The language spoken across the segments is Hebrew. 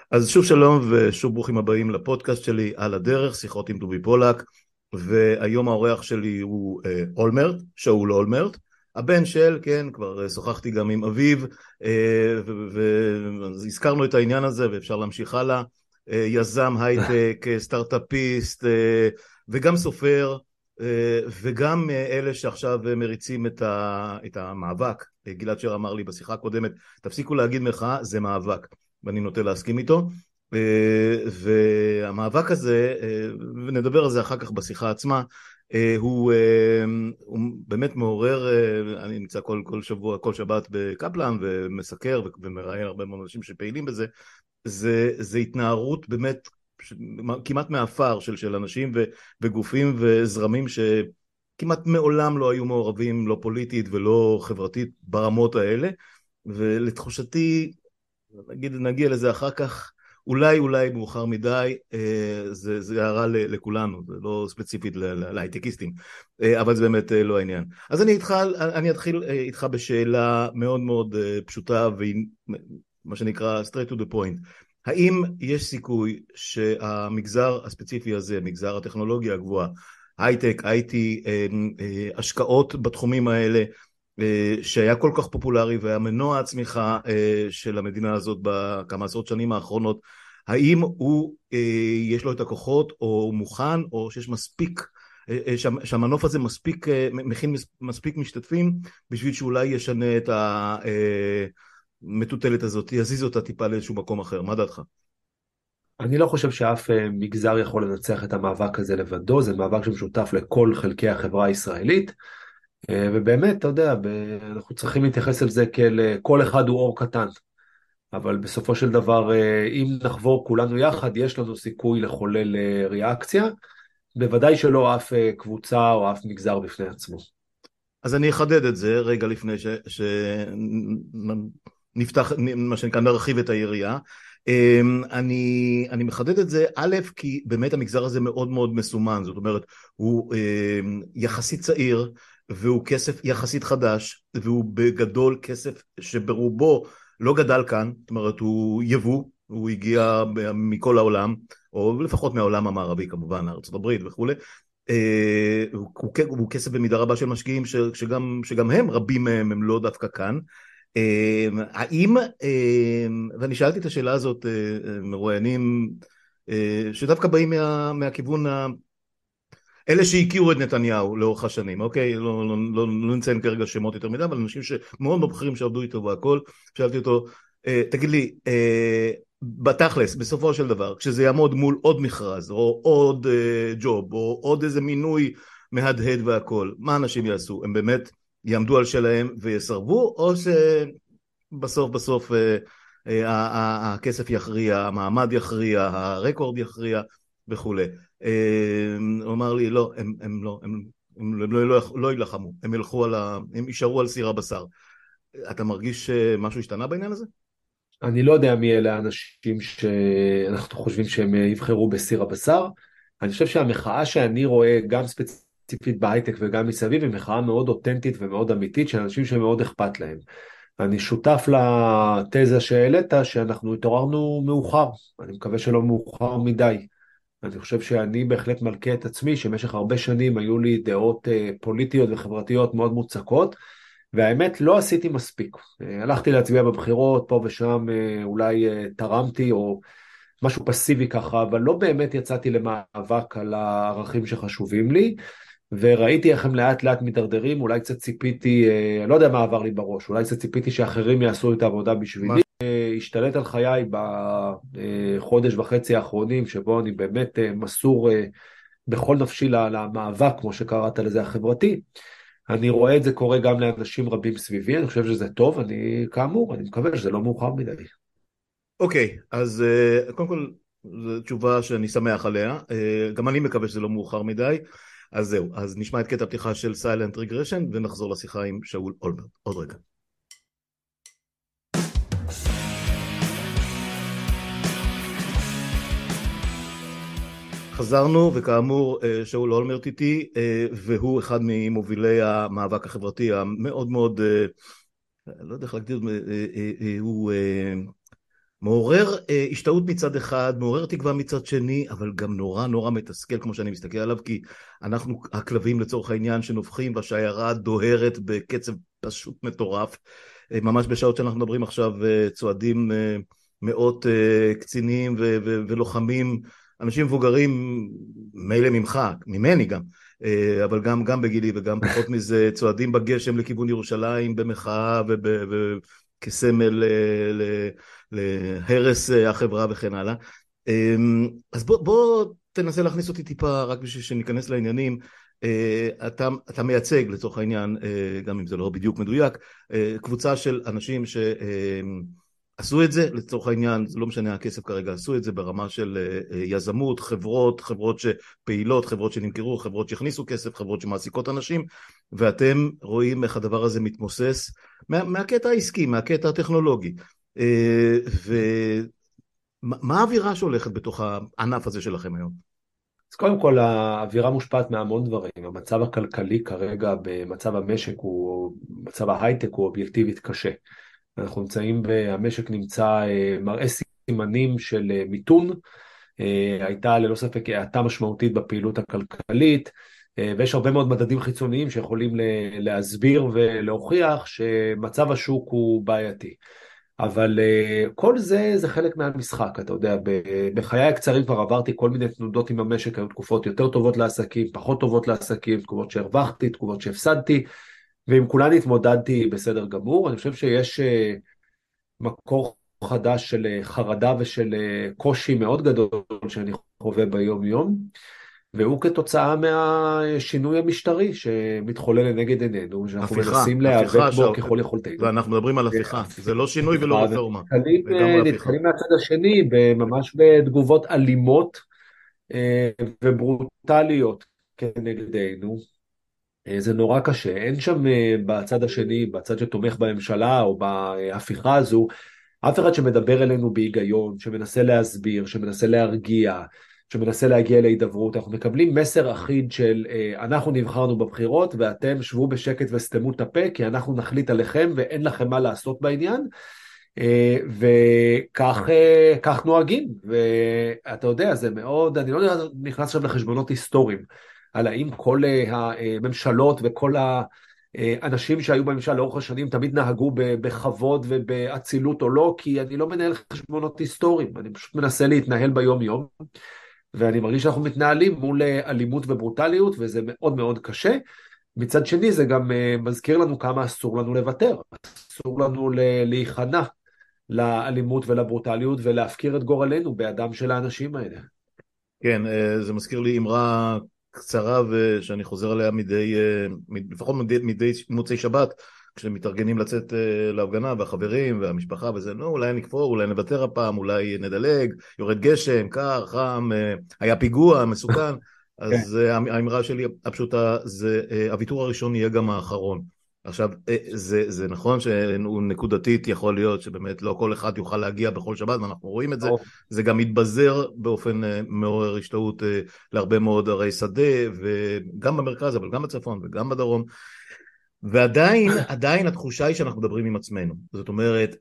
אז שוב שלום ושוב ברוכים הבאים לפודקאסט שלי על הדרך, שיחות עם דובי פולק. והיום האורח שלי הוא אולמרט, שאול אולמרט, הבן של, כן, כבר שוחחתי גם עם אביו, והזכרנו את העניין הזה ואפשר להמשיך הלאה. יזם הייטק, סטארט-אפיסט, וגם סופר, וגם אלה שעכשיו מריצים את המאבק. גלעד שר אמר לי בשיחה הקודמת, תפסיקו להגיד מחאה, זה מאבק. ואני נוטה להסכים איתו, והמאבק הזה, ונדבר על זה אחר כך בשיחה עצמה, הוא באמת מעורר. אני נמצא כל שבוע, כל שבת בקפלן ומסקר ומראיין הרבה מאוד אנשים שפעילים בזה. זה התנערות באמת כמעט מאפר של אנשים וגופים וזרמים שכמעט מעולם לא היו מעורבים, לא פוליטית ולא חברתית ברמות האלה. ולתחושתי, נגיע לזה אחר כך, אולי מאוחר מדי, זה הערה לכולנו, זה לא ספציפית להייטקיסטים, אבל זה באמת לא העניין. אז אני אתחיל איתך בשאלה מאוד מאוד פשוטה, ומה שנקרא straight to the point. האם יש סיכוי שהמגזר הספציפי הזה, מגזר הטכנולוגיה הגבוהה, הייטק, IT, השקעות בתחומים האלה, שהיה כל כך פופולרי והיה מנוע הצמיחה של המדינה הזאת בכמה עשרות שנים האחרונות, האם הוא יש לו את הכוחות, או הוא מוכן, או שיש מספיק, שהמנוף הזה מספיק, מכין מספיק משתתפים בשביל שאולי ישנה את המטוטלת הזאת, יזיז אותה טיפה לאיזשהו מקום אחר? מה דעתך? אני לא חושב שאף מגזר יכול לנצח את המאבק הזה לבדו, זה מאבק שמשותף לכל חלקי החברה הישראלית, ובאמת, אתה יודע, אנחנו צריכים להתייחס אל זה כאל כל אחד הוא אור קטן, אבל בסופו של דבר, אם נחבור כולנו יחד, יש לנו סיכוי לחולל ריאקציה, בוודאי שלא אף קבוצה או אף מגזר בפני עצמו. אז אני אחדד את זה רגע לפני נפתח, מה שנקרא, נרחיב את היריעה. אני מחדד את זה, א', כי באמת המגזר הזה מאוד מאוד מסומן, זאת אומרת, הוא יחסית צעיר, והוא כסף יחסית חדש, והוא בגדול כסף שברובו לא גדל כאן, זאת אומרת, הוא יבוא, הוא הגיע מכל העולם, או לפחות מהעולם המערבי כמובן, ארצות הברית וכו'. הוא כסף במידה רבה של משקיעים שגם הם, רבים מהם הם לא דווקא כאן. האם, ואני שאלתי את השאלה הזאת מרואיינים שדווקא באים מהכיוון, אלה שהכירו את נתניהו לאורך השנים, אוקיי? לא נציין כרגע שמות יותר מדי, אבל אנשים שמאוד מבחירים שעבדו איתו והכל. שאלתי אותו, תגיד לי, בתכלס, בסופו של דבר, כשזה יעמוד מול עוד מכרז, או עוד ג'וב, או עוד איזה מינוי מהדהד והכל, מה אנשים יעשו? הם באמת יעמדו על שלהם ויסרבו, או בסוף הכסף יכריע, המעמד יכריע, הרקורד יכריע וכולי? הוא אמר לי, לא, הם לא ילחמו, הם יישארו על סיר הבשר. אתה מרגיש שמשהו השתנה בעניין הזה? אני לא יודע מי אלה האנשים שאנחנו חושבים שהם יבחרו בסיר הבשר. אני חושב שהמחאה שאני רואה גם ספציפית בהייטק וגם מסביב היא מחאה מאוד אותנטית ומאוד אמיתית של אנשים שמאוד אכפת להם. אני שותף לתזה שהעלית שאנחנו התעוררנו מאוחר, אני מקווה שלא מאוחר מדי. אני חושב שאני בהחלט מלכה את עצמי שבמשך הרבה שנים היו לי דעות פוליטיות וחברתיות מאוד מוצקות, והאמת לא עשיתי מספיק. הלכתי להצביע בבחירות פה ושם, אולי תרמתי או משהו פסיבי ככה, אבל לא באמת יצאתי למאבק על הערכים שחשובים לי, וראיתי איך הם לאט לאט מתדרדרים. אולי קצת ציפיתי, לא יודע מה עבר לי בראש, אולי קצת ציפיתי שאחרים יעשו את העבודה בשבילי. השתלט על חיי בחודש וחצי האחרונים, שבו אני באמת מסור בכל נפשי למאבק, כמו שקראת לזה, החברתי. אני רואה את זה קורה גם לאנשים רבים סביבי, אני חושב שזה טוב, כאמור, אני מקווה שזה לא מאוחר מדי. אוקיי, אז קודם כל, זו תשובה שאני שמח עליה. גם אני מקווה שזה לא מאוחר מדי. אז זהו, אז נשמע את קטע הפתיחה של Silent Regression ונחזור לשיחה עם שאול אולמרט עוד רגע. חזרנו, וכאמור שאול אולמרט איתי, והוא אחד ממובילי המאבק החברתי המאוד מאוד, לא יודע איך להגדיר, הוא מעורר השתאות מצד אחד, מעורר תקווה מצד שני, אבל גם נורא נורא מתסכל כמו שאני מסתכל עליו, כי אנחנו הכלבים לצורך העניין שנובחים והשיירה דוהרת בקצב פשוט מטורף. ממש בשעות שאנחנו מדברים עכשיו צועדים מאות קצינים ולוחמים, אנשים מבוגרים, מילא ממך, ממני גם, אבל גם בגילי וגם פחות מזה, צועדים בגשם לכיוון ירושלים במחאה וכסמל להרס החברה וכן הלאה. אז בוא תנסה להכניס אותי טיפה רק בשביל שניכנס לעניינים. אתה מייצג לצורך העניין, גם אם זה לא בדיוק מדויק, קבוצה של אנשים שעשו את זה, לצורך העניין, זה לא משנה הכסף כרגע, עשו את זה ברמה של יזמות, חברות שפעילות, חברות שנמכרו, חברות שהכניסו כסף, חברות שמעסיקות אנשים, ואתם רואים איך הדבר הזה מתמוסס מהקטע העסקי, מהקטע הטכנולוגי. ומה האווירה שהולכת בתוך הענף הזה שלכם היום? אז קודם כל, האווירה מושפעת מהמון דברים. המצב הכלכלי כרגע במצב המשק, מצב ההייטק הוא אובייקטיבית קשה. אנחנו נמצאים, המשק נמצא, מראה סימנים של מיתון, הייתה ללא ספק האטה משמעותית בפעילות הכלכלית, ויש הרבה מאוד מדדים חיצוניים שיכולים להסביר ולהוכיח שמצב השוק הוא בעייתי. אבל כל זה חלק מהמשחק, אתה יודע, בחיי הקצרים כבר עברתי כל מיני תנודות עם המשק, היו תקופות יותר טובות לעסקים, פחות טובות לעסקים, תקופות שהרווחתי, תקופות שהפסדתי, ועם כולן התמודדתי בסדר גמור. אני חושב שיש מקור חדש של חרדה ושל קושי מאוד גדול שאני חווה ביום יום, והוא כתוצאה מהשינוי המשטרי שמתחולל לנגד עינינו, שאנחנו מנסים להיאבק בו ככל יכולתנו. ואנחנו מדברים על הפיכה, זה לא שינוי ולא רפורמה. נתקלים מהצד השני, ממש בתגובות אלימות וברוטליות כנגדנו. זה נורא קשה, אין שם בצד השני, בצד שתומך בממשלה או בהפיכה הזו, אף אחד שמדבר אלינו בהיגיון, שמנסה להסביר, שמנסה להרגיע, שמנסה להגיע להידברות. אנחנו מקבלים מסר אחיד של אנחנו נבחרנו בבחירות ואתם שבו בשקט וסתמו את הפה, כי אנחנו נחליט עליכם ואין לכם מה לעשות בעניין, וכך נוהגים. ואתה יודע, זה מאוד, אני לא נכנס עכשיו לחשבונות היסטוריים, על האם כל הממשלות וכל האנשים שהיו בממשל לאורך השנים תמיד נהגו בכבוד ובאצילות או לא, כי אני לא מנהל חשבונות היסטוריים, אני פשוט מנסה להתנהל ביום יום, ואני מרגיש שאנחנו מתנהלים מול אלימות וברוטליות, וזה מאוד מאוד קשה. מצד שני זה גם מזכיר לנו כמה אסור לנו לוותר, אסור לנו להיכנע לאלימות ולברוטליות, ולהפקיר את גורלנו בידם של האנשים האלה. כן, זה מזכיר לי אמרה קצרה ושאני חוזר עליה לפחות מדי מוצאי שבת, כשמתארגנים לצאת להפגנה, והחברים והמשפחה וזה, נו, אולי נקפור, אולי נוותר הפעם, אולי נדלג, יורד גשם, קר, חם, היה פיגוע, מסוכן. אז האמרה שלי הפשוטה זה, הוויתור הראשון יהיה גם האחרון. עכשיו, זה נכון שהוא נקודתית יכול להיות שבאמת לא כל אחד יוכל להגיע בכל שבת, ואנחנו רואים את זה, זה גם מתבזר באופן מעורר השתאות להרבה מאוד ערי שדה, וגם במרכז, אבל גם בצפון וגם בדרום, ועדיין התחושה היא שאנחנו מדברים עם עצמנו. זאת אומרת,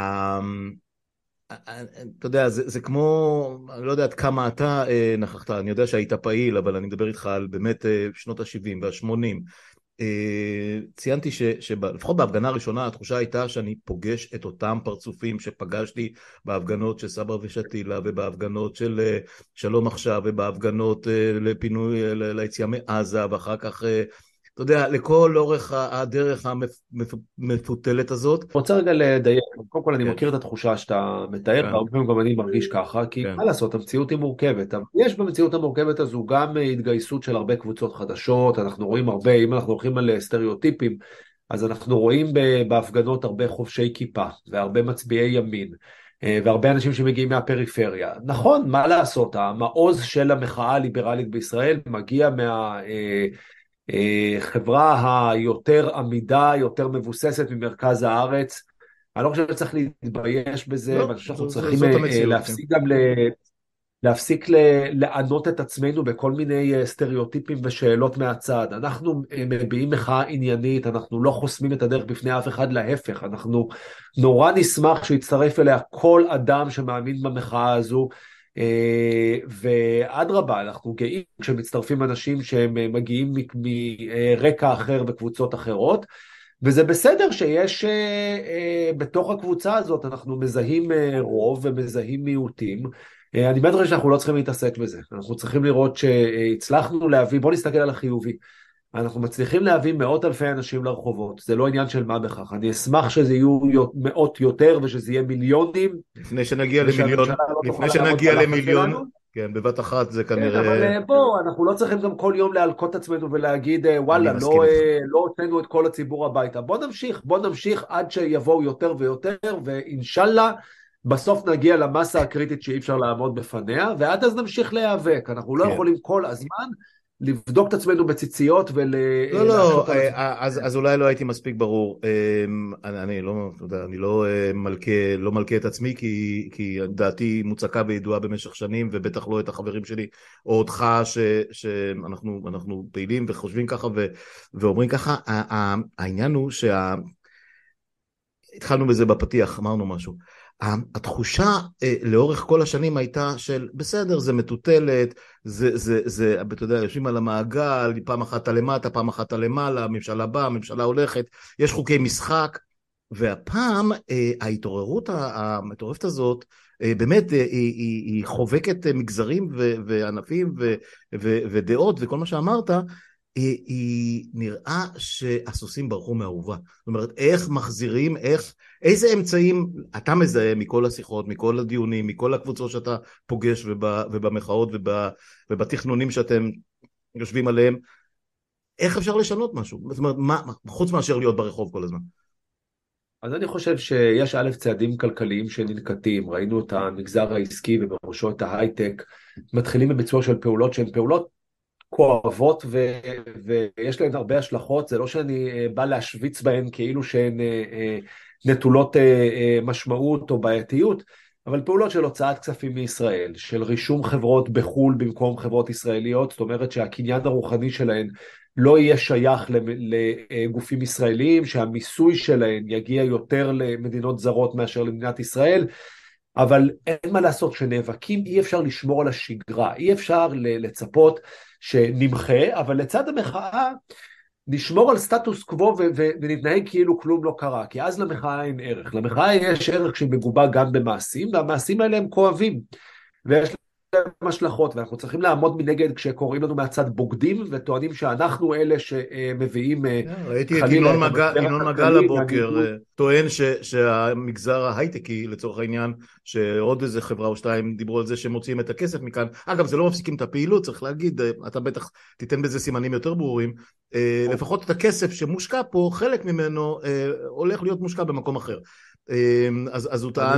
אתה יודע, זה כמו, אני לא יודע עד כמה אתה נכחת, אני יודע שהיית פעיל, אבל אני מדבר איתך על באמת שנות ה-70 וה-80, ציינתי שלפחות בהפגנה הראשונה התחושה הייתה שאני פוגש את אותם פרצופים שפגשתי בהפגנות של סברה ושתילה, ובהפגנות של שלום עכשיו, ובהפגנות לפינוי ליציאה מעזה, ואחר כך אתה יודע, לכל אורך הדרך המפותלת הזאת. אני רוצה רגע לדייק, קודם כל אני מכיר את התחושה שאתה מתאר, והרבה פעמים גם אני מרגיש ככה, כי מה לעשות, המציאות היא מורכבת, אבל יש במציאות המורכבת הזו גם התגייסות של הרבה קבוצות חדשות, אנחנו רואים הרבה, אם אנחנו הולכים על סטריאוטיפים, אז אנחנו רואים בהפגנות הרבה חובשי כיפה, והרבה מצביעי ימין, והרבה אנשים שמגיעים מהפריפריה. נכון, מה לעשות, המעוז של המחאה הליברלית בישראל מגיע חברה היותר עמידה, יותר מבוססת ממרכז הארץ. אני לא חושב שצריך להתבייש בזה, ואני חושב שאנחנו צריכים להפסיק גם להפסיק לענות את עצמנו בכל מיני סטריאוטיפים ושאלות מהצד. אנחנו מביעים מחאה עניינית, אנחנו לא חוסמים את הדרך בפני אף אחד, להפך, אנחנו נורא נשמח שיצטרף אליה כל אדם שמאמין במחאה הזו, ואדרבה, אנחנו גאים כשמצטרפים אנשים שהם מגיעים מרקע אחר וקבוצות אחרות, וזה בסדר שיש בתוך הקבוצה הזאת, אנחנו מזהים רוב ומזהים מיעוטים. אני באמת חושב שאנחנו לא צריכים להתעסק בזה, אנחנו צריכים לראות שהצלחנו להביא, בוא נסתכל על החיובי, אנחנו מצליחים להביא מאות אלפי אנשים לרחובות, זה לא עניין של מה בכך, אני אשמח שזה יהיו מאות יותר ושזה יהיה מיליונים, לפני שנגיע למיליון, ושהממשלה לא תוכל לפני לעמוד שנגיע בלחץ למיליון, שלנו. כן, בבת אחת זה כן, כנראה, אבל בוא, אנחנו לא צריכים גם כל יום להלקות עצמנו ולהגיד, אני וואלה, מסכים איתך. לא הוצאנו את כל הציבור הביתה. בוא נמשיך עד שיבואו יותר ויותר, ואינשאללה, בסוף נגיע למסה הקריטית שאי אפשר לעמוד בפניה, ועד אז נמשיך להיאבק. אנחנו לא כן. יכולים כל הזמן לבדוק את עצמנו בציציות לא, לא, ולהקשות על עצמנו. אז אולי לא הייתי מספיק ברור. אני לא, אתה יודע, אני לא מלכה את עצמי, כי דעתי מוצקה וידועה במשך שנים, ובטח לא את החברים שלי, או אותך, שאנחנו פעילים וחושבים ככה, ואומרים ככה. העניין הוא התחלנו בזה בפתיח, אמרנו משהו. התחושה לאורך כל השנים הייתה של בסדר, זה מטוטלת, אתה יודע, יושבים על המעגל, פעם אחת למטה, פעם אחת למעלה, הממשלה באה, הממשלה הולכת, יש חוקי משחק, והפעם ההתעוררות המטורפת הזאת, באמת היא חובקת מגזרים וענפים ודעות וכל מה שאמרת, היא נראה שהסוסים ברחו מהאהובה. זאת אומרת, איך מחזירים, איזה אמצעים אתה מזהה מכל השיחות, מכל הדיונים, מכל הקבוצות שאתה פוגש ובמחאות ובתכנונים שאתם יושבים עליהם, איך אפשר לשנות משהו? זאת אומרת, חוץ מאשר להיות ברחוב כל הזמן? אז אני חושב שיש א' צעדים כלכליים שננקטים, ראינו את המגזר העסקי ובראשו את ההייטק, מתחילים בביצוע של פעולות שהן פעולות כואבות ויש להן הרבה השלכות, זה לא שאני בא להשוויץ בהן כאילו שהן נטולות משמעות או בעייתיות, אבל פעולות של הוצאת כספים מישראל, של רישום חברות בחול במקום חברות ישראליות, זאת אומרת שהקניין הרוחני שלהן לא יהיה שייך לגופים ישראליים, שהמיסוי שלהן יגיע יותר למדינות זרות מאשר למדינת ישראל, אבל אין מה לעשות, כשנאבקים אי אפשר לשמור על השגרה, אי אפשר לצפות שנמחה, אבל לצד המחאה נשמור על סטטוס קוו ונתנהג כאילו כלום לא קרה, כי אז למחאה אין ערך. למחאה יש ערך כשהיא מגובה גם במעשים, והמעשים האלה הם כואבים, ויש להם השלכות, ואנחנו צריכים לעמוד מנגד כשקוראים לנו מהצד בוגדים, וטוענים שאנחנו אלה שמביאים ראיתי את חלילה ינון מגל הבוקר, טוען שהמגזר ההייטקי, לצורך העניין, שעוד איזה חברה או שתיים דיברו על זה שמוציאים את הכסף מכאן. אגב, זה לא מפסיקים את הפעילות, צריך להגיד, אתה בטח תיתן בזה סימנים יותר ברורים, לפחות את הכסף שמושקע פה, חלק ממנו הולך להיות מושקע במקום אחר. אז הוא טען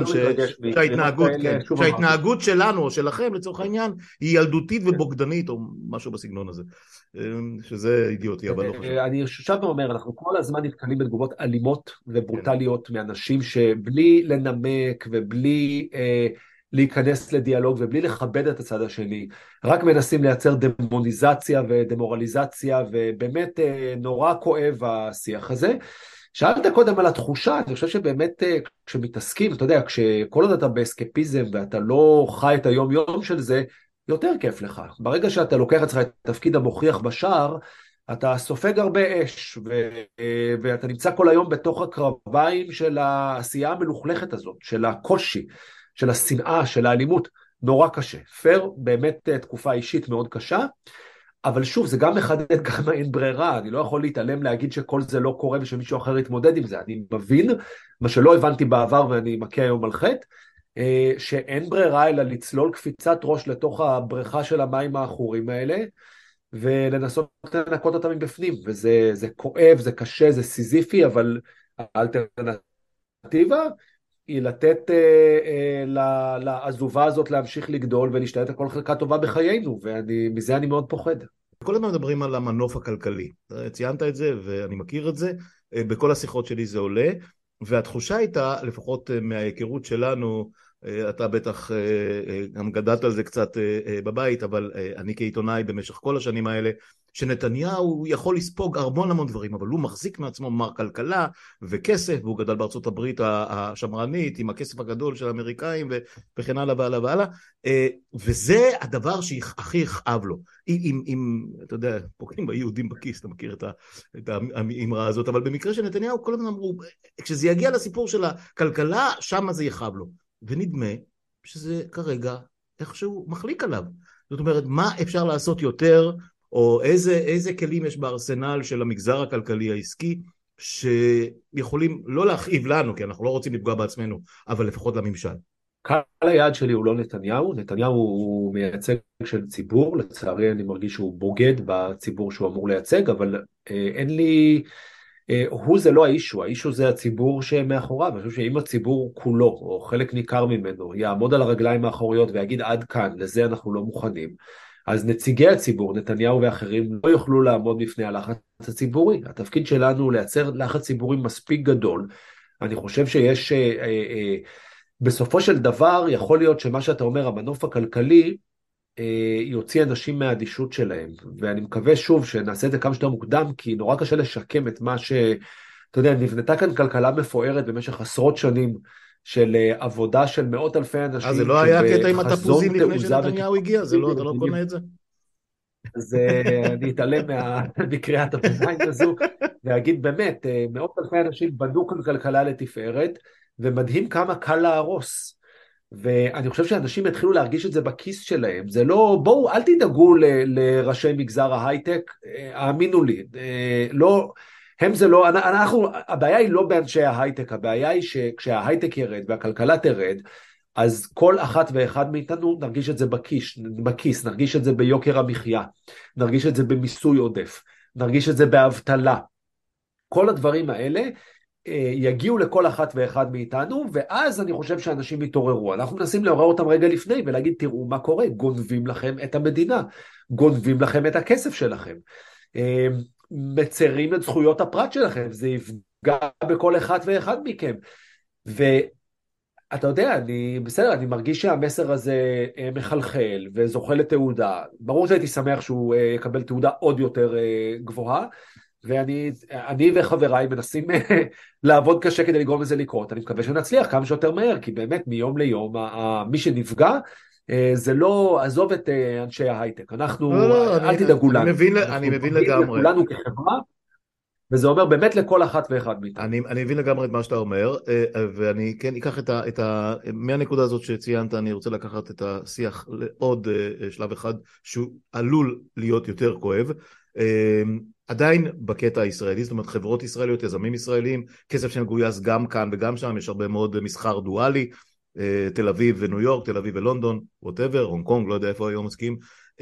שההתנהגות שלנו או שלכם לצורך העניין היא ילדותית ובוגדנית או משהו בסגנון הזה, שזה אידיוטי, אבל לא חשוב. אני שוב ואומר, אנחנו כל הזמן נתקלים בתגובות אלימות וברוטליות מאנשים שבלי לנמק ובלי להיכנס לדיאלוג ובלי לכבד את הצד השני, רק מנסים לייצר דמוניזציה ודמורליזציה, ובאמת נורא כואב השיח הזה. שאלת קודם על התחושה, אני חושב שבאמת כשמתעסקים, אתה יודע, כשכל עוד אתה באסקפיזם ואתה לא חי את היום יום של זה, יותר כיף לך. ברגע שאתה לוקח אצלך את תפקיד המוכיח בשער, אתה סופג הרבה אש, ואתה נמצא כל היום בתוך הקרביים של העשייה המלוכלכת הזאת, של הקושי, של השנאה, של האלימות, נורא קשה. פייר, באמת תקופה אישית מאוד קשה, אבל שוב, זה גם מחדד כמה אין ברירה, אני לא יכול להתעלם להגיד שכל זה לא קורה ושמישהו אחר יתמודד עם זה, אני מבין, מה שלא הבנתי בעבר ואני מכה היום על חטא, שאין ברירה אלא לצלול קפיצת ראש לתוך הבריכה של המים האחורים האלה, ולנסות לנקות אותם מבפנים, וזה כואב, זה קשה, זה סיזיפי, אבל האלטרנטיבה היא לתת לעזובה הזאת להמשיך לגדול ולהשתלט על כל חלקה טובה בחיינו, ומזה אני מאוד פוחד. כל הזמן מדברים על המנוף הכלכלי, ציינת את זה ואני מכיר את זה, בכל השיחות שלי זה עולה, והתחושה הייתה, לפחות מההיכרות שלנו, אתה בטח גם גדלת על זה קצת בבית, אבל אני כעיתונאי במשך כל השנים האלה, שנתניהו יכול לספוג המון דברים, אבל הוא מחזיק מעצמו מר כלכלה וכסף, והוא גדל בארצות הברית השמרנית, עם הכסף הגדול של האמריקאים וכן הלאה והלאה והלאה, וזה הדבר שהכי יכאב לו. אם אתה יודע, פוגעים ביהודים בכיס, אתה מכיר את האמרה הזאת, אבל במקרה של נתניהו, כל הזמן אמרו, כשזה יגיע לסיפור של הכלכלה, שם זה יכאב לו. ונדמה שזה כרגע איכשהו מחליק עליו. זאת אומרת, מה אפשר לעשות יותר, או איזה כלים יש בארסנל של המגזר הכלכלי העסקי, שיכולים לא להכאיב לנו, כי אנחנו לא רוצים לפגוע בעצמנו, אבל לפחות לממשל. קהל היעד שלי הוא לא נתניהו, נתניהו הוא מייצג של ציבור, לצערי אני מרגיש שהוא בוגד בציבור שהוא אמור לייצג, אבל אין לי, הוא זה לא האישו, האישו זה הציבור שמאחוריו. אני חושב שאם הציבור כולו, או חלק ניכר ממנו, יעמוד על הרגליים האחוריות ויגיד עד כאן, לזה אנחנו לא מוכנים, אז נציגי הציבור, נתניהו ואחרים, לא יוכלו לעמוד בפני הלחץ הציבורי. התפקיד שלנו הוא לייצר לחץ ציבורי מספיק גדול. אני חושב שיש, בסופו של דבר, יכול להיות שמה שאתה אומר, המנוף הכלכלי, יוציא אנשים מהאדישות שלהם. ואני מקווה שוב שנעשה את זה כמה שיותר מוקדם, כי נורא קשה לשקם את מה אתה יודע, נבנתה כאן כלכלה מפוארת במשך עשרות שנים, של עבודה של מאות אלפי אנשים. זה לא היה קטע עם התפוזים לפני שנתניהו הגיע? זה לא, אתה לא קונה את זה? אז אני אתעלם מקריאת הביניים הזו, ואגיד באמת, מאות אלפי אנשים בנו כאן כלכלה לתפארת, ומדהים כמה קל להרוס. ואני חושב שאנשים התחילו להרגיש את זה בכיס שלהם. זה לא, בואו, אל תדאגו לראשי מגזר ההייטק, האמינו לי, לא, הם זה לא, הבעיה היא לא באנשי ההייטק, הבעיה היא שכשההייטק ירד והכלכלה תרד, אז כל אחת ואחד מאיתנו נרגיש את זה בכיס, נרגיש את זה ביוקר המחיה, נרגיש את זה במיסוי עודף, נרגיש את זה באבטלה. כל הדברים האלה יגיעו לכל אחת ואחד מאיתנו, ואז אני חושב שאנשים יתעוררו. אנחנו מנסים לעורר אותם רגע לפני ולהגיד, תראו מה קורה, גונבים לכם את המדינה, גונבים לכם את הכסף שלכם, מצרים את זכויות הפרט שלכם, זה יפגע בכל אחד ואחד מכם. ואתה יודע, אני מרגיש שהמסר הזה מחלחל וזוכה לתעודה. ברור שהייתי שמח שהוא יקבל תעודה עוד יותר גבוהה, ואני וחבריי מנסים לעבוד קשה כדי לגרום לזה לקרות. אני מקווה שנצליח כמה שיותר מהר, כי באמת מיום ליום מי שנפגע זה לא, עזוב את אנשי ההייטק, אנחנו, אל תדאגו לנו. אני מבין לגמרי. כולנו כחברה, וזה אומר באמת לכל אחת ואחד מאיתנו. אני מבין לגמרי את מה שאתה אומר, ואני כן אקח מהנקודה הזאת שציינת, אני רוצה לקחת את השיח לעוד שלב אחד, שהוא עלול להיות יותר כואב, עדיין בקטע הישראלי, זאת אומרת חברות ישראליות, יזמים ישראלים, כסף שמגויס גם כאן וגם שם, יש הרבה מאוד מסחר דואלי, תל אביב וניו יורק, תל אביב ולונדון, whatever, הונג קונג, לא יודע איפה היום מסכים,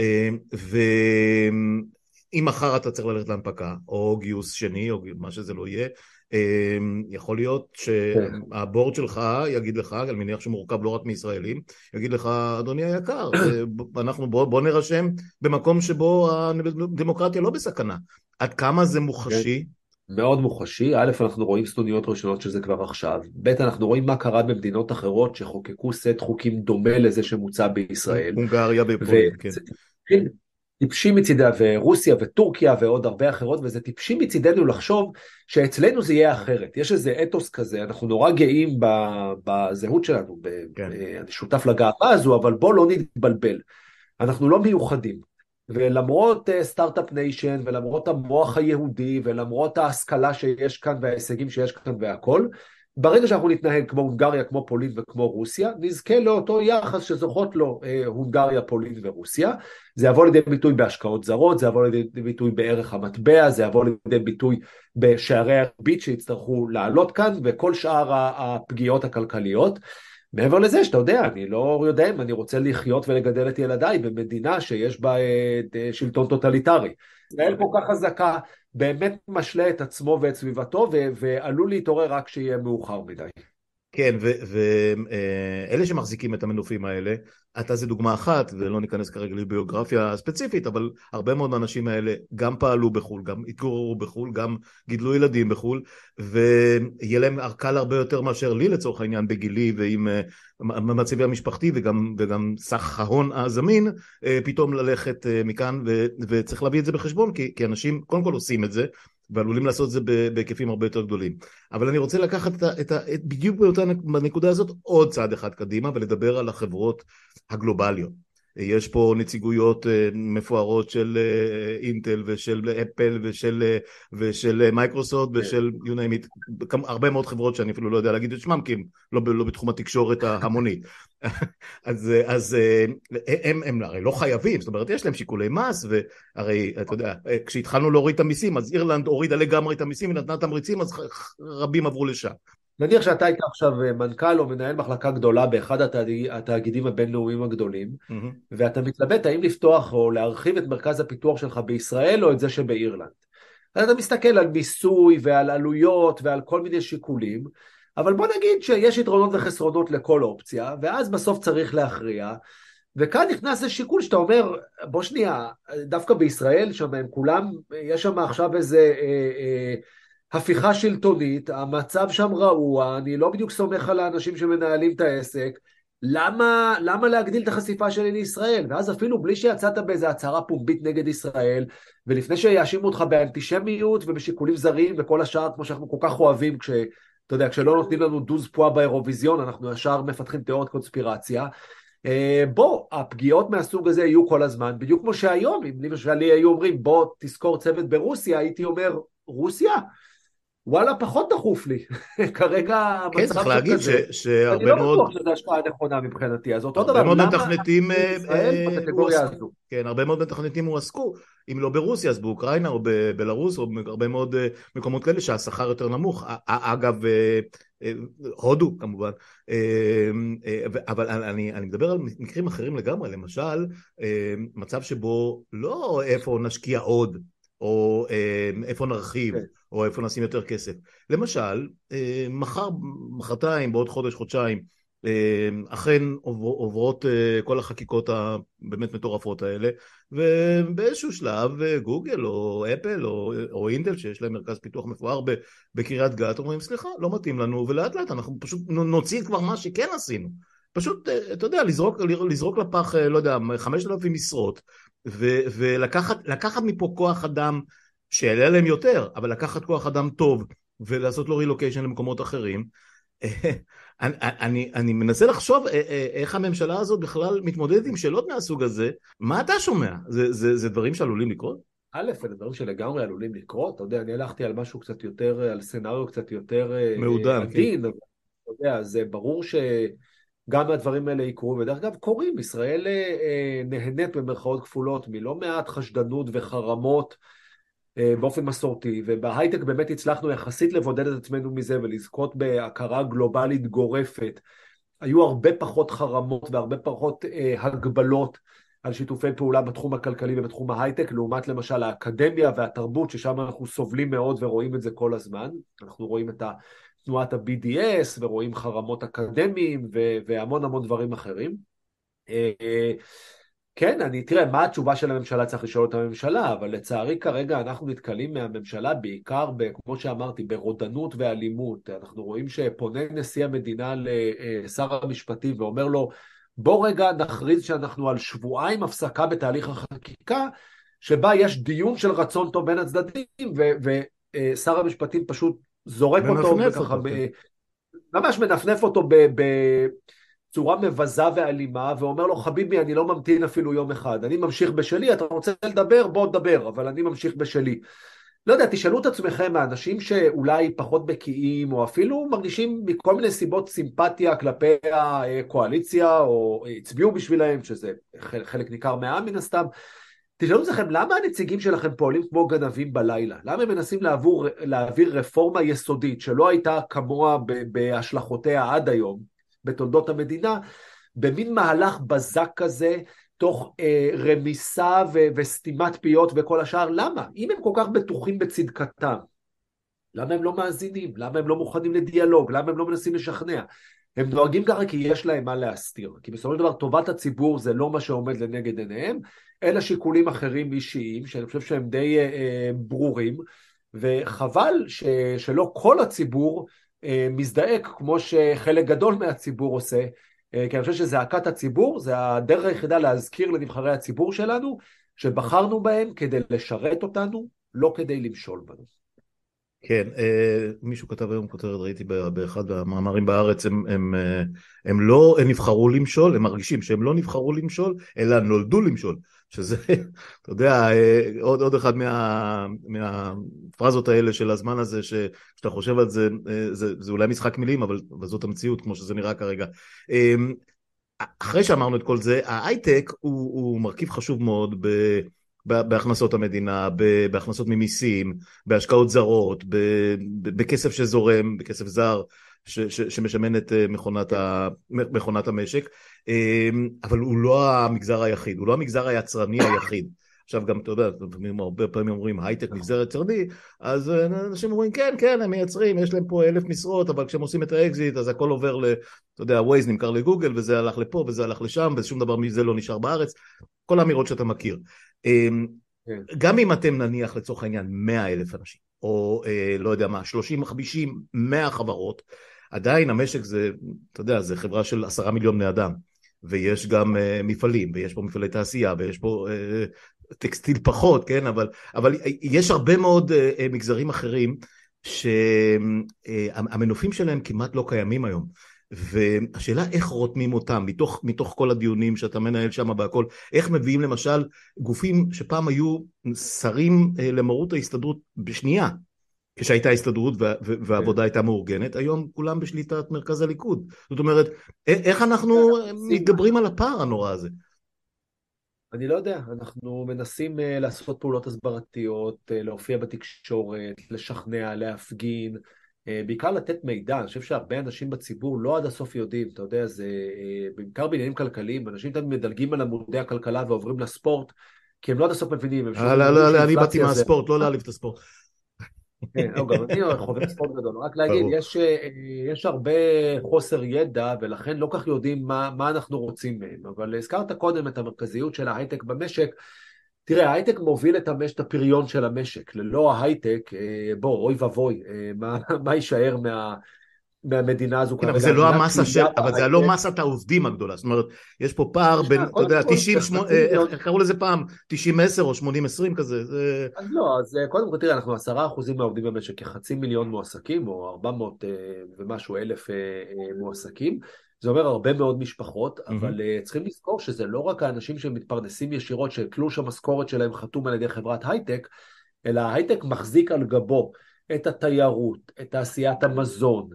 ואם מחר אתה צריך ללכת להנפקה, או גיוס שני, או מה שזה לא יהיה, יכול להיות שהבורד שלך יגיד לך, אני מניח שמורכב לא רק מישראלים, יגיד לך, אדוני היקר, בוא נרשם במקום שבו הדמוקרטיה לא בסכנה. עד כמה זה מוחשי? מאוד מוחשי. א', אנחנו רואים סנוניות ראשונות שזה כבר עכשיו. ב', אנחנו רואים מה קרה במדינות אחרות שחוקקו סט חוקים דומה לזה שמוצע בישראל. הונגריה בפולין, כן. טיפשי מצידה, ורוסיה וטורקיה ועוד הרבה אחרות, וזה טיפשי מצידנו לחשוב שאצלנו זה יהיה אחרת. יש איזה אתוס כזה, אנחנו נורא גאים בזהות שלנו, אני שותף לגאווה הזו, אבל בוא לא נתבלבל. אנחנו לא מיוחדים. ולמרות סטארט-אפ ניישן, ולמרות המוח היהודי, ולמרות ההשכלה שיש כאן, וההישגים שיש כאן והכל, ברגע שאנחנו נתנהג כמו הונגריה, כמו פולין וכמו רוסיה, נזכה לאותו יחס שזוכות לו הונגריה, פולין ורוסיה. זה יבוא לידי ביטוי בהשקעות זרות, זה יבוא לידי ביטוי בערך המטבע, זה יבוא לידי ביטוי בשערי הריבית שיצטרכו לעלות כאן, וכל שאר הפגיעות הכלכליות. מעבר לזה שאתה יודע, אני לא יודע אם אני רוצה לחיות ולגדל את ילדיי במדינה שיש בה שלטון טוטליטרי. ישראל כל כך חזקה, באמת משלה את עצמו ואת סביבתו, ועלול להתעורר רק שיהיה מאוחר מדי. כן, ואלה שמחזיקים את המנופים האלה, אתה זה דוגמה אחת, ולא ניכנס כרגע לביוגרפיה ספציפית, אבל הרבה מאוד מהאנשים האלה גם פעלו בחו"ל, גם התגוררו בחו"ל, גם גידלו ילדים בחו"ל, ויהיה להם קל הרבה יותר מאשר לי לצורך העניין בגילי, ועם מצבי המשפחתי, וגם סך ההון הזמין, פתאום ללכת מכאן, וצריך להביא את זה בחשבון, כי אנשים קודם כל עושים את זה, ועלולים לעשות את זה בהיקפים הרבה יותר גדולים. אבל אני רוצה לקחת בדיוק בנקודה הזאת עוד צעד אחד קדימה, ולדבר על החברות הגלובליות. יש פה נציגויות מפוארות של אינטל ושל אפל ושל מייקרוסופט ושל you name it, הרבה מאוד חברות שאני אפילו לא יודע להגיד את שמם, כי הם לא בתחום התקשורת ההמונית. אז הם הרי לא חייבים, זאת אומרת יש להם שיקולי מס, והרי אתה יודע, כשהתחלנו להוריד את המיסים, אז אירלנד הורידה לגמרי את המיסים ונתנה תמריצים, אז רבים עברו לשם. נניח שאתה היית עכשיו מנכ"ל או מנהל מחלקה גדולה באחד התאגידים הבינלאומיים הגדולים, ואתה מתלבט האם לפתוח או להרחיב את מרכז הפיתוח שלך בישראל או את זה שבאירלנד. אז אתה מסתכל על מיסוי ועל עלויות ועל כל מיני שיקולים, אבל בוא נגיד שיש יתרונות וחסרונות לכל אופציה, ואז בסוף צריך להכריע, וכאן נכנס לשיקול שאתה אומר, בוא שנייה, דווקא בישראל שם הם כולם, יש שם עכשיו איזה הפיכה שלטונית, המצב שם רעוע, אני לא בדיוק סומך על האנשים שמנהלים את העסק, למה להגדיל את החשיפה שלי לישראל? ואז אפילו בלי שיצאת באיזו הצהרה פומבית נגד ישראל, ולפני שיאשימו אותך באנטישמיות ובשיקולים זרים וכל השאר, כמו שאנחנו כל כך אוהבים, אתה יודע, כשלא נותנים לנו דוז פועה באירוויזיון, אנחנו ישר מפתחים תיאוריות קונספירציה. הפגיעות מהסוג הזה יהיו כל הזמן, בדיוק כמו שהיום, אם למשל היו אומרים, בוא תזכור צוות ברוסיה, הייתי אומר, רוסיה? וואלה, פחות דחוף לי. כרגע המצב צריך להגיד אני לא בטוח שזו השפעה נכונה מבחינתי, אז אותו דבר, למה מתכנתים ישראל בקטגוריה הזו? כן, הרבה מאוד מתכנתים הועסקו, אם לא ברוסיה, אז באוקראינה או בבלרוס, או הרבה מאוד מקומות כאלה שהשכר יותר נמוך, אגב, הודו כמובן, אבל אני מדבר על מקרים אחרים לגמרי, למשל, מצב שבו לא איפה נשקיע עוד, או איפה נרחיב, או איפה נשים יותר כסף. למשל, מחרתיים, בעוד חודש, חודשיים, אכן עוברות כל החקיקות הבאמת מטורפות האלה, ובאיזשהו שלב גוגל או אפל או אינטל, שיש להם מרכז פיתוח מפואר בקריית גת, אומרים, סליחה, לא מתאים לנו, ולאט לאט אנחנו פשוט נוציא כבר מה שכן עשינו. פשוט, אתה יודע, לזרוק לפח, לא יודע, 5,000 משרות, ולקחת מפה כוח אדם שיעלה להם יותר, אבל לקחת כוח אדם טוב, ולעשות לו רילוקיישן למקומות אחרים. אני מנסה לחשוב איך הממשלה הזאת בכלל מתמודדת עם שאלות מהסוג הזה. מה אתה שומע? זה דברים שעלולים לקרות? א', זה דברים שלגמרי עלולים לקרות. אתה יודע, אני הלכתי על משהו קצת יותר, על סנריו קצת יותר עדין, אתה יודע, זה ברור גם הדברים האלה יקרו, ודרך אגב קורים, ישראל נהנית במרכאות כפולות מלא מעט חשדנות וחרמות באופן מסורתי, ובהייטק באמת הצלחנו יחסית לבודד את עצמנו מזה ולזכות בהכרה גלובלית גורפת. היו הרבה פחות חרמות והרבה פחות הגבלות על שיתופי פעולה בתחום הכלכלי ובתחום ההייטק, לעומת למשל האקדמיה והתרבות, ששם אנחנו סובלים מאוד ורואים את זה כל הזמן. אנחנו רואים את תנועת ה-BDS ורואים חרמות אקדמיים והמון המון דברים אחרים. כן, תראה, מה התשובה של הממשלה צריך לשאול את הממשלה, אבל לצערי כרגע אנחנו נתקלים מהממשלה בעיקר, כמו שאמרתי, ברודנות ואלימות. אנחנו רואים שפונה נשיא המדינה לשר המשפטים ואומר לו, בוא רגע נכריז שאנחנו על שבועיים הפסקה בתהליך החקיקה, שבה יש דיון של רצון טוב בין הצדדים, ושר המשפטים פשוט זורק אותו, וככה, ממש מנפנף אותו בצורה מבזה ואלימה, ואומר לו, חביבי, אני לא ממתין אפילו יום אחד, אני ממשיך בשלי, אתה רוצה לדבר, בוא תדבר, אבל אני ממשיך בשלי. לא יודע, תשאלו את עצמכם, האנשים שאולי פחות בקיאים, או אפילו מרגישים מכל מיני סיבות סימפתיה כלפי הקואליציה, או הצביעו בשבילהם, שזה חלק ניכר מהעם מן הסתם, תשאלו את עצמכם, למה הנציגים שלכם פועלים כמו גנבים בלילה? למה הם מנסים להעביר רפורמה יסודית, שלא הייתה כמוה בהשלכותיה עד היום, בתולדות המדינה, במין מהלך בזק כזה, תוך רמיסה וסתימת פיות וכל השאר? למה? אם הם כל כך בטוחים בצדקתם, למה הם לא מאזינים? למה הם לא מוכנים לדיאלוג? למה הם לא מנסים לשכנע? הם דואגים ככה כי יש להם מה להסתיר. כי בסופו של דבר טובת הציבור זה לא מה שעומד לנגד עיניהם, אלא שיקולים אחרים אישיים, שאני חושב שהם די ברורים, וחבל שלא כל הציבור מזדעק כמו שחלק גדול מהציבור עושה, כי אני חושב שזעקת הציבור זה הדרך היחידה להזכיר לנבחרי הציבור שלנו, שבחרנו בהם כדי לשרת אותנו, לא כדי למשול בנו. כן, מישהו כתב היום כותרת, ראיתי באחד המאמרים בארץ, הם לא הם נבחרו למשול, הם מרגישים שהם לא נבחרו למשול, אלא נולדו למשול, שזה, אתה יודע, עוד אחד מהפרזות האלה של הזמן הזה, שאתה חושב על זה, זה אולי משחק מילים, אבל זאת המציאות, כמו שזה נראה כרגע. אחרי שאמרנו את כל זה, ההייטק הוא מרכיב חשוב מאוד בהכנסות המדינה, בהכנסות ממיסים, בהשקעות זרות, בכסף שזורם, בכסף זר שמשמן את מכונת המשק, אבל הוא לא המגזר היחיד, הוא לא המגזר היצרני היחיד. עכשיו גם, אתה יודע, הרבה פעמים אומרים, הייטק מגזר יצרני, אז אנשים אומרים, כן, כן, הם מייצרים, יש להם פה 1,000 משרות, אבל כשהם עושים את האקזיט, אז הכל עובר אתה יודע, ווייז נמכר לגוגל, וזה הלך לפה, וזה הלך לשם, ושום דבר מזה לא נשאר בארץ, כל האמירות שאתה מכיר. גם אם אתם נניח לצורך העניין 100,000 אנשים, או לא יודע מה, 30, 50, 100 חברות, עדיין המשק זה, אתה יודע, זה חברה של 10 מיליון בני אדם, ויש גם מפעלים, ויש פה מפעלי תעשייה, ויש פה טקסטיל פחות, כן, אבל יש הרבה מאוד מגזרים אחרים, שהמנופים שלהם כמעט לא קיימים היום, והשאלה איך רותמים אותם, מתוך כל הדיונים שאתה מנהל שם בהכל, איך מביאים למשל גופים שפעם היו שרים למרות ההסתדרות בשנייה, כשהייתה הסתדרות והעבודה הייתה מאורגנת, היום כולם בשליטת מרכז הליכוד. זאת אומרת, איך אנחנו מתגברים על הפער הנורא הזה? אני לא יודע, אנחנו מנסים לעשות פעולות הסברתיות, להופיע בתקשורת, לשכנע, להפגין, בעיקר לתת מידע. אני חושב שהרבה אנשים בציבור לא עד הסוף יודעים, אתה יודע, זה בעיקר בעניינים כלכליים, אנשים תמיד מדלגים על עמודי הכלכלה ועוברים לספורט, כי הם לא עד הסוף מבינים. לא, אני באתי מהספורט, לא להעליב את הספורט. כן, גם אני חובב ספורט גדול, רק להגיד, יש הרבה חוסר ידע, ולכן לא כך יודעים מה אנחנו רוצים מהם, אבל הזכרת קודם את המרכזיות של ההייטק במשק. תראה, ההייטק מוביל את הפריון של המשק, ללא ההייטק, אוי ובוי, מה יישאר מהמדינה הזו? כן, אבל זה לא אבל זה לא מסת העובדים הגדולה, זאת אומרת, יש פה פער בין, אתה יודע, 90, איך קראו לזה פעם, 90-10 או 80-20 כזה. אז לא, אז קודם כל תראה, אנחנו 10% מהעובדים במשק, כ500,000 מועסקים, או 400 ומשהו אלף מועסקים, זה אומר הרבה מאוד משפחות, אבל צריכים לזכור שזה לא רק האנשים שמתפרנסים ישירות, שתלוש המשכורת שלהם חתום על ידי חברת הייטק, אלא ההייטק מחזיק על גבו את התיירות, את תעשיית המזון,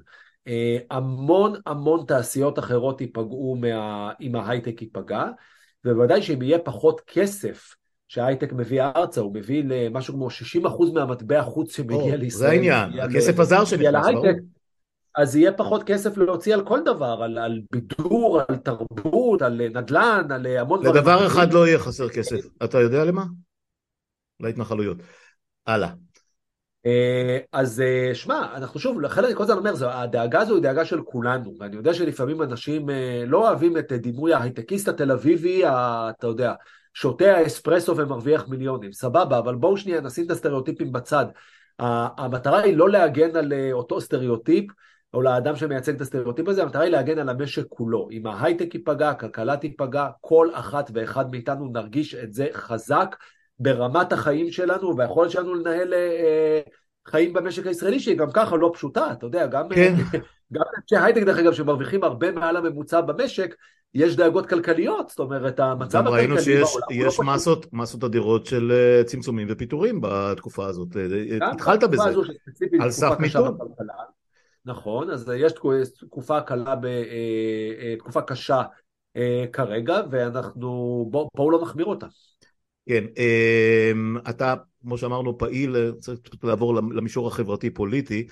המון תעשיות אחרות ייפגעו אם ההייטק ייפגע, ובוודאי שאם יהיה פחות כסף שההייטק מביא ארצה, הוא מביא למשהו כמו 60% מהמטבע חוץ שמגיע לישראל. זה העניין, הכסף הזר שנכנס, ברור. אז יהיה פחות כסף להוציא על כל דבר, על בידור, על תרבות, על נדל"ן, על המון דברים. לדבר אחד לא יהיה חסר כסף. אתה יודע למה? להתנחלויות. הלאה. אז שמע, אנחנו שוב, חלק כל זה אומר, הדאגה הזו היא דאגה של כולנו, ואני יודע שלפעמים אנשים לא אוהבים את דימוי ההייטקיסט התל אביבי, אתה יודע, שותה האספרסו ומרוויח מיליונים, סבבה, אבל בואו שנייה נשים את הסטריאוטיפים בצד. המטרה היא לא להגן על אותו סטריאוטיפ, או לאדם שמייצג את הסטריאוטיפ הזה, המטרה היא להגן על המשק כולו. אם ההייטק ייפגע, הכלכלה תיפגע, כל אחת ואחד מאיתנו נרגיש את זה חזק ברמת החיים שלנו, והיכולת שלנו לנהל חיים במשק הישראלי, שהיא גם ככה לא פשוטה, אתה יודע, גם אנשי הייטק דרך אגב, שמרוויחים הרבה מעל הממוצע במשק, יש דאגות כלכליות, זאת אומרת, המצב הכלכלי... גם ראינו שיש מסות אדירות של צמצומים ופיטורים בתקופה הזאת. התחלת בזה, על סף מיתון. נכון, אז יש תקופה קשה כרגע, ואנחנו, בואו לא נחמיר אותה. כן, אתה, כמו שאמרנו, פעיל, צריך לעבור למישור החברתי-פוליטי,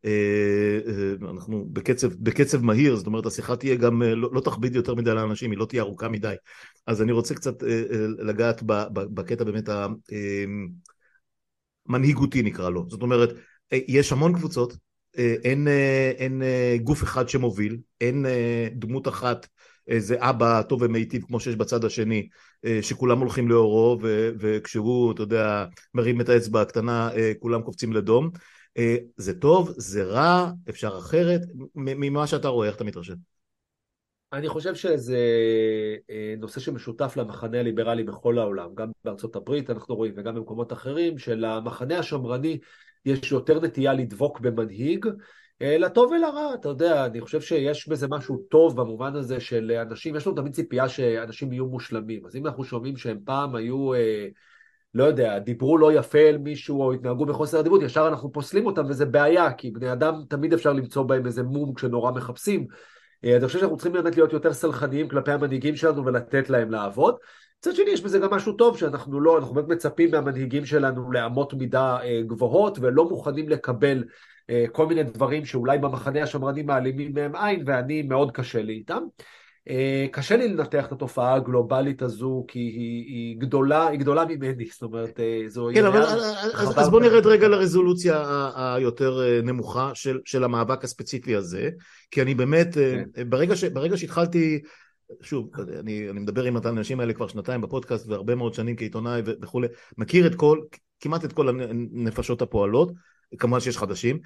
אנחנו בקצב מהיר, זאת אומרת, השיחה תהיה גם, לא תכביד יותר מדי לאנשים, היא לא תהיה ארוכה מדי, אז אני רוצה קצת לגעת בקטע באמת המנהיגותי נקרא לו, זאת אומרת, יש המון קבוצות, אין גוף אחד שמוביל, אין דמות אחת, איזה אבא טוב ומיטיב כמו שיש בצד השני, שכולם הולכים לאורו, וכשהוא, אתה יודע, מרים את האצבע הקטנה, כולם קופצים לדום. זה טוב, זה רע, אפשר אחרת, ממה שאתה רואה, איך אתה מתרשם? אני חושב שזה נושא שמשותף למחנה הליברלי בכל העולם, גם בארצות הברית אנחנו רואים וגם במקומות אחרים, שלמחנה השמרני יש יותר נטייה לדבוק במנהיג, לטוב ולרע, אתה יודע, אני חושב שיש בזה משהו טוב במובן הזה של אנשים, יש לנו תמיד ציפייה שאנשים יהיו מושלמים, אז אם אנחנו שומעים שהם פעם היו, לא יודע, דיברו לא יפה אל מישהו או התנהגו בחוסר אדיבות, ישר אנחנו פוסלים אותם וזה בעיה, כי בני אדם תמיד אפשר למצוא בהם איזה מום כשנורא מחפשים, אני חושב שאנחנו צריכים באמת להיות יותר סלחניים כלפי המנהיגים שלנו ולתת להם לעבוד. מצד שני, יש בזה גם משהו טוב, שאנחנו לא, אנחנו באמת מצפים מהמנהיגים שלנו לאמות מידה גבוהות, ולא מוכנים לקבל כל מיני דברים שאולי במחנה השמרני מעלימים מהם עין, ואני מאוד קשה לי איתם. קשה לי לנתח את התופעה הגלובלית הזו, כי היא גדולה ממני, זאת אומרת, זו כן, אבל רחבה אז בוא יותר. נרד רגע לרזולוציה היותר נמוכה של המאבק הספציפי הזה, כי אני באמת, כן. ברגע שהתחלתי, שוב, אני מדבר עם האנשים האלה כבר שנתיים בפודקאסט, והרבה מאוד שנים כעיתונאי וכו', מכיר כמעט את כל הנפשות הפועלות, כמובן שיש חדשים,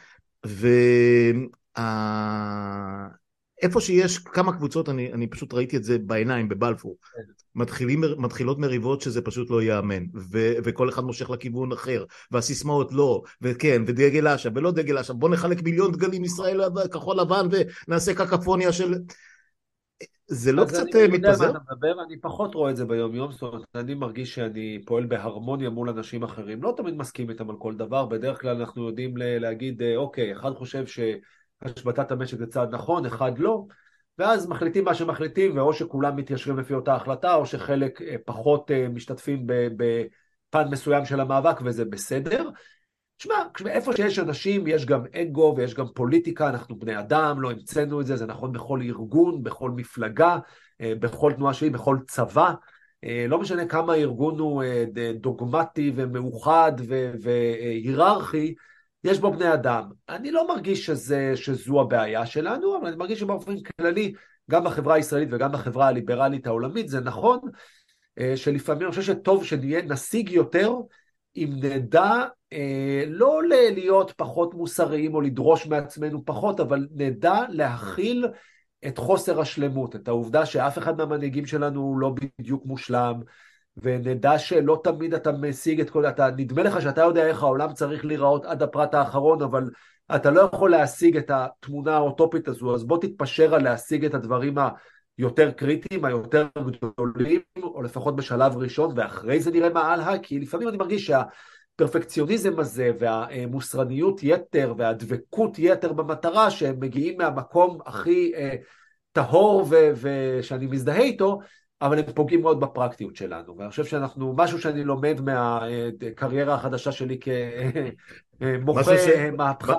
איפה שיש כמה קבוצות, אני פשוט ראיתי את זה בעיניים, בבלפור, מתחילות מריבות שזה פשוט לא יאמן, וכל אחד מושך לכיוון אחר, והסיסמאות לא, וכן, ודגל אש"ף, ולא דגל אש"ף, בוא נחלק מיליון דגלים ישראל כחול לבן, ונעשה קקפוניה של... זה לא קצת מתפזר? אני יודע מה אתה מדבר, אני פחות רואה את זה ביום יום, זאת אומרת, אני מרגיש שאני פועל בהרמוניה מול אנשים אחרים, לא תמיד מסכים איתם על כל דבר, בדרך כלל אנחנו יודעים להגיד, אוקיי, אחד חושב שהשבתת המשק זה צעד נכון, אחד לא, ואז מחליטים מה שמחליטים, ואו שכולם מתיישרים לפי אותה החלטה, או שחלק פחות משתתפים בפן מסוים של המאבק, וזה בסדר. תשמע, איפה שיש אנשים יש גם אגו ויש גם פוליטיקה, אנחנו בני אדם, לא המצאנו את זה, זה נכון בכל ארגון, בכל מפלגה, בכל תנועה שלי, בכל צבא, לא משנה כמה הארגון הוא דוגמטי ומאוחד והיררכי, יש בו בני אדם. אני לא מרגיש שזו הבעיה שלנו, אבל אני מרגיש שבאופן כללי, גם בחברה הישראלית וגם בחברה הליברלית העולמית, זה נכון שלפעמים אני חושב שטוב נשיג יותר, אם נדע לא להיות פחות מוסריים או לדרוש מעצמנו פחות, אבל נדע להכיל את חוסר השלמות, את העובדה שאף אחד מהמנהיגים שלנו הוא לא בדיוק מושלם, ונדע שלא תמיד אתה משיג את כל... נדמה לך שאתה יודע איך העולם צריך להיראות עד הפרט האחרון, אבל אתה לא יכול להשיג את התמונה האוטופית הזו, אז בוא תתפשר על להשיג את הדברים היותר קריטיים, היותר גדולים, או לפחות בשלב ראשון, ואחרי זה נראה מה הלאה, כי לפעמים אני מרגיש שהפרפקציוניזם הזה, והמוסרניות יתר, והדבקות יתר במטרה, שהם מגיעים מהמקום הכי טהור, ושאני מזדהה איתו, אבל הם פוגעים מאוד בפרקטיות שלנו, ואני חושב שאנחנו, משהו שאני לומד מהקריירה החדשה שלי כמוחה מהפכה.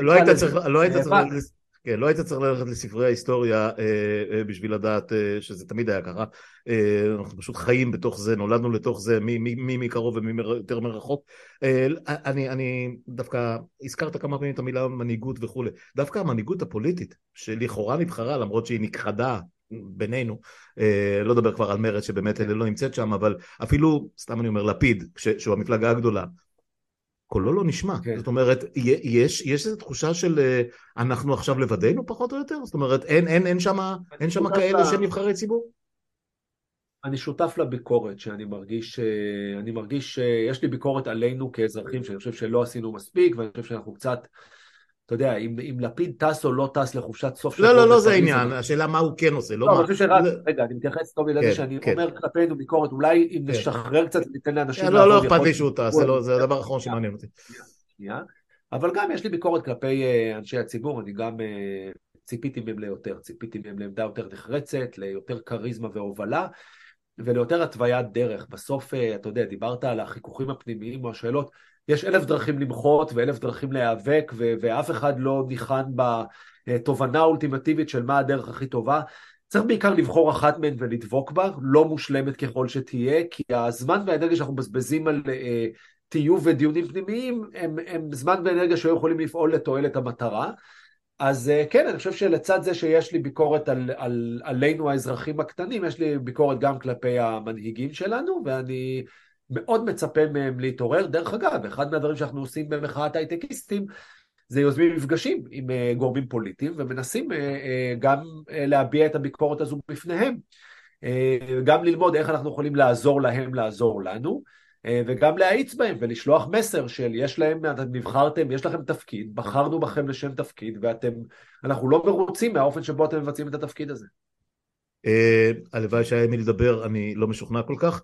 לא היית צריך ללכת לספרי ההיסטוריה בשביל לדעת שזה תמיד היה ככה, אנחנו פשוט חיים בתוך זה, נולדנו לתוך זה, מי מקרוב ומי יותר מרחוק. אני דווקא, הזכרת כמה פעמים את המילה מנהיגות וכו', דווקא המנהיגות הפוליטית, שלכאורה נבחרה, למרות שהיא נכחדה בינינו, לא דבר כבר על מרצ שבאמת אלה לא נמצאת שם, אבל אפילו, סתם אני אומר, לפיד, שהוא המפלגה הגדולה, קולו לא נשמע. כן. זאת אומרת, יש איזו תחושה של אנחנו עכשיו לבדנו פחות או יותר? זאת אומרת, אין שם כאלה שהם נבחרי ציבור? אני שותף לביקורת, שאני מרגיש שיש לי ביקורת עלינו כאזרחים, שאני חושב שלא עשינו מספיק, ואני חושב שאנחנו קצת, אתה יודע, אם לפיד טס או לא טס לחופשת סוף שבוע... לא, זה העניין, השאלה מה הוא כן עושה, לא מה... אני חושב שרק, רגע, אני מתייחס טוב לזה שאני אומר כלפינו ביקורת, אולי אם נשחרר קצת, ניתן לאנשים לעבוד... לא אכפת לי שהוא טס, זה הדבר האחרון שמעניין אותי. אבל גם יש לי ביקורת כלפי אנשי הציבור, אני גם ציפיתי מהם ליותר, ציפיתי מהם לעמדה יותר נחרצת, ליותר קריזמה והובלה, וליותר התוויית דרך. בסוף, אתה יודע, דיברת על החיכוכים הפנימיים או השאלות, יש 1,000 דרכים למחות ו1,000 דרכים להיאבק, ואף אחד לא ניחן בתובנה האולטימטיבית של מה הדרך הכי טובה. צריך בעיקר לבחור אחת מהן ולדבוק בה, לא מושלמת ככל שתהיה, כי הזמן והאנרגיה שאנחנו מבזבזים על טיוב ודיונים פנימיים הם זמן ואנרגיה שהיו יכולים לפעול לתועלת המטרה. אז כן, אני חושב שלצד זה שיש לי ביקורת עלינו האזרחים הקטנים, יש לי ביקורת גם כלפי המנהיגים שלנו, ואני מאוד מצפה מהם להתעורר. דרך אגב, אחד מהדברים שאנחנו עושים במחאת הייטקיסטים, זה יוזמים מפגשים עם גורמים פוליטיים, ומנסים גם להביע את הביקורת הזו בפניהם, גם ללמוד איך אנחנו יכולים לעזור להם, לעזור לנו, וגם להאיץ בהם ולשלוח מסר של יש להם, אתם נבחרתם, יש לכם תפקיד, בחרנו בכם לשם תפקיד, אנחנו לא מרוצים מהאופן שבו אתם מבצעים את התפקיד הזה. הלוואי שהיה מי לדבר, אני לא משוכנע כל כך.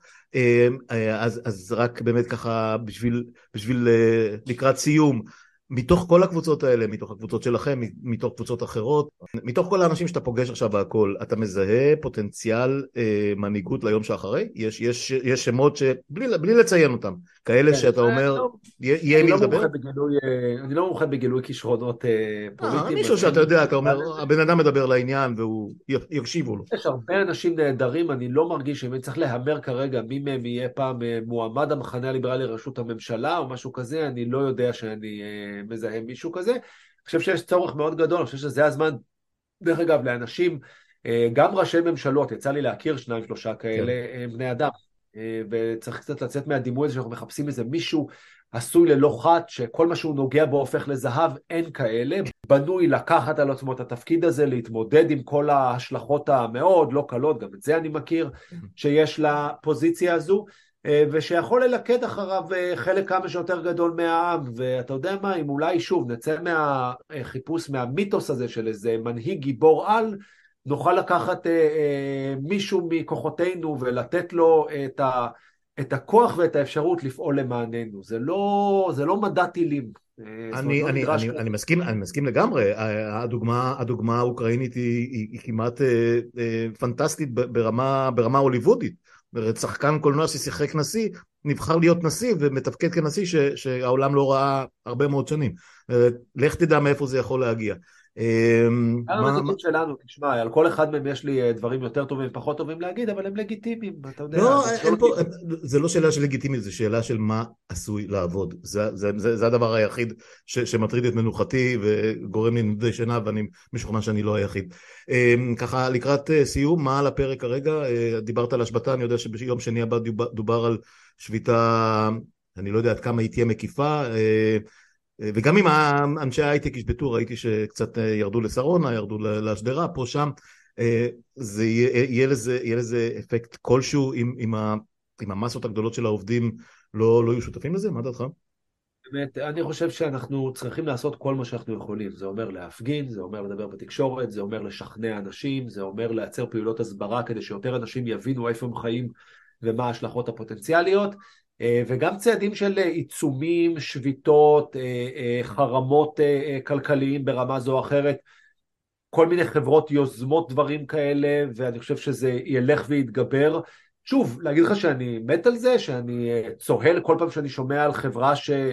אז רק באמת ככה בשביל לקראת סיום, מתוך כל הקבוצות האלה, מתוך הקבוצות שלכם, מתוך קבוצות אחרות, מתוך כל האנשים שאתה פוגש עכשיו והכל, אתה מזהה פוטנציאל מנהיגות ליום שאחרי? יש שמות שבלי לציין אותם, כאלה שאתה אומר, יהיה מי לדבר? אני לא מומחה בגילוי כישרונות פוליטיים. מישהו שאתה יודע, אתה אומר, הבן אדם מדבר לעניין והוא יקשיבו לו. יש הרבה אנשים נהדרים, אני לא מרגיש אם אני צריך להמר כרגע מי מהם יהיה פעם מועמד המחנה הליברלי לראשות הממשלה או משהו כזה, אני לא יודע שאני מזהה מישהו כזה. אני חושב שיש צורך מאוד גדול, אני חושב שזה הזמן, דרך אגב, לאנשים, גם ראשי ממשלות, יצא לי להכיר 2-3 כאלה, בני אדם, וצריך קצת לצאת מהדימוי הזה שאנחנו מחפשים איזה מישהו עשוי ללא חת, שכל מה שהוא נוגע בו הופך לזהב, אין כאלה, בנוי לקחת על עצמו את התפקיד הזה, להתמודד עם כל ההשלכות המאוד לא קלות, גם את זה אני מכיר, שיש לפוזיציה הזו, ושיכול ללכד אחריו חלק כמה שיותר גדול מהעם, ואתה יודע מה, אם אולי שוב נצא מהחיפוש, מהמיתוס הזה של איזה מנהיג גיבור על, נוכל לקחת מישהו מכוחותינו ולתת לו את הכוח ואת האפשרות לפעול למעננו. זה לא מדע טילים. אני מסכים לגמרי. הדוגמה האוקראינית היא כמעט פנטסטית ברמה הוליוודית. שחקן קולנוע ששיחק נשיא, נבחר להיות נשיא ומתפקד כנשיא שהעולם לא ראה הרבה מאוד שנים. לך תדע מאיפה זה יכול להגיע. המנהיגים שלנו, תשמע, על כל אחד מהם יש לי דברים יותר טובים ופחות טובים להגיד, אבל הם לגיטימיים, אתה יודע. זה לא שאלה של לגיטימית, זה שאלה של מה עשוי לעבוד. זה הדבר היחיד שמטריד את מנוחתי וגורם לי נדי שינה, ואני משוכנע שאני לא היחיד. ככה לקראת סיום, מה על הפרק כרגע? דיברת על השבתה, אני יודע שביום שני הבא דובר על שביתה, אני לא יודע עד כמה היא תהיה מקיפה, וגם עם אנשי ההייטק ישבטו, ראיתי שקצת ירדו לשרונה, ירדו לשדרה, פה שם, יהיה לזה אפקט כלשהו עם המסות הגדולות של העובדים לא יהיו שותפים לזה? מה דעתך? באמת, אני חושב שאנחנו צריכים לעשות כל מה שאנחנו יכולים. זה אומר להפגין, זה אומר לדבר בתקשורת, זה אומר לשכנע אנשים, זה אומר לייצר פעולות הסברה כדי שיותר אנשים יבינו איפה הם חיים ומה ההשלכות הפוטנציאליות. וגם צעדים של עיצומים, שביתות, חרמות כלכליים ברמה זו או אחרת, כל מיני חברות יוזמות דברים כאלה, ואני חושב שזה ילך ויתגבר. שוב, להגיד לך שאני מת על זה, שאני צוהל כל פעם שאני שומע על חברה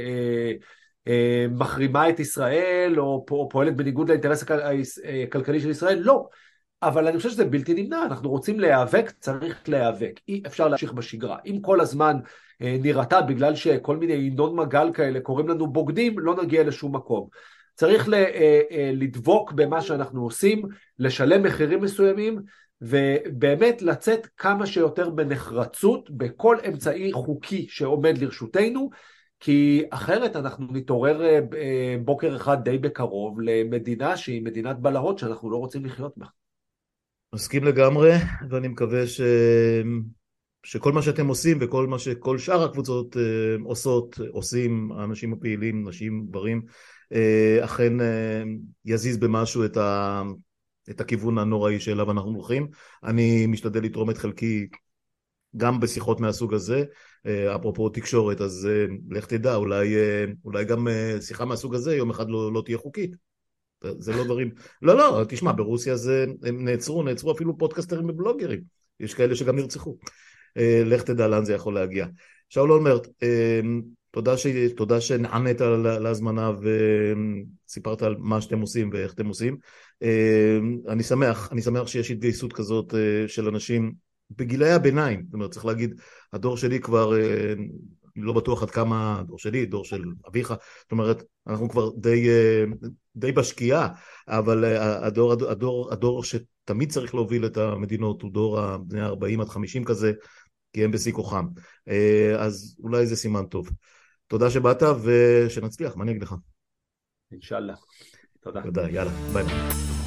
שמחרימה את ישראל, או פועלת בניגוד לאינטרס הכלכלי של ישראל, לא. אבל אני חושב שזה בלתי נמנע, אנחנו רוצים להיאבק, צריך להיאבק, אי אפשר להמשיך בשגרה. אם כל הזמן נראתה בגלל שכל מיני ינון מגל כאלה קוראים לנו בוגדים, לא נגיע לשום מקום. צריך לדבוק במה שאנחנו עושים, לשלם מחירים מסוימים, ובאמת לצאת כמה שיותר בנחרצות, בכל אמצעי חוקי שעומד לרשותנו, כי אחרת אנחנו נתעורר בוקר אחד די בקרוב למדינה שהיא מדינת בלהות שאנחנו לא רוצים לחיות בה. מסכים לגמרי, ואני מקווה שכל מה שאתם עושים וכל מה שכל שאר הקבוצות עושים, האנשים הפעילים, נשים, גברים, אכן יזיז במשהו את הכיוון הנוראי שאליו אנחנו הולכים. אני משתדל לתרום את חלקי גם בשיחות מהסוג הזה. אפרופו תקשורת, אז לך תדע, אולי גם שיחה מהסוג הזה יום אחד לא תהיה חוקית. זה לא דברים, לא, תשמע, ברוסיה הם נעצרו אפילו פודקאסטרים ובלוגרים, יש כאלה שגם נרצחו. לך תדע לאן זה יכול להגיע. שאול אולמרט, תודה שנענית להזמנה וסיפרת על מה שאתם עושים ואיך אתם עושים. אני שמח שיש התגייסות כזאת של אנשים בגילאי הביניים. זאת אומרת, צריך להגיד, הדור שלי כבר לא בטוח עד כמה הדור שלי, דור של אביך, זאת אומרת, אנחנו כבר די בשקיעה, אבל הדור שתמיד צריך להוביל את המדינות הוא דור הבני 40 עד 50 כזה, כי הם בשיא כוחם. אז אולי זה סימן טוב. תודה שבאת ושנצליח, מה אני אגיד לך? אינשאללה. תודה. תודה, יאללה, ביי.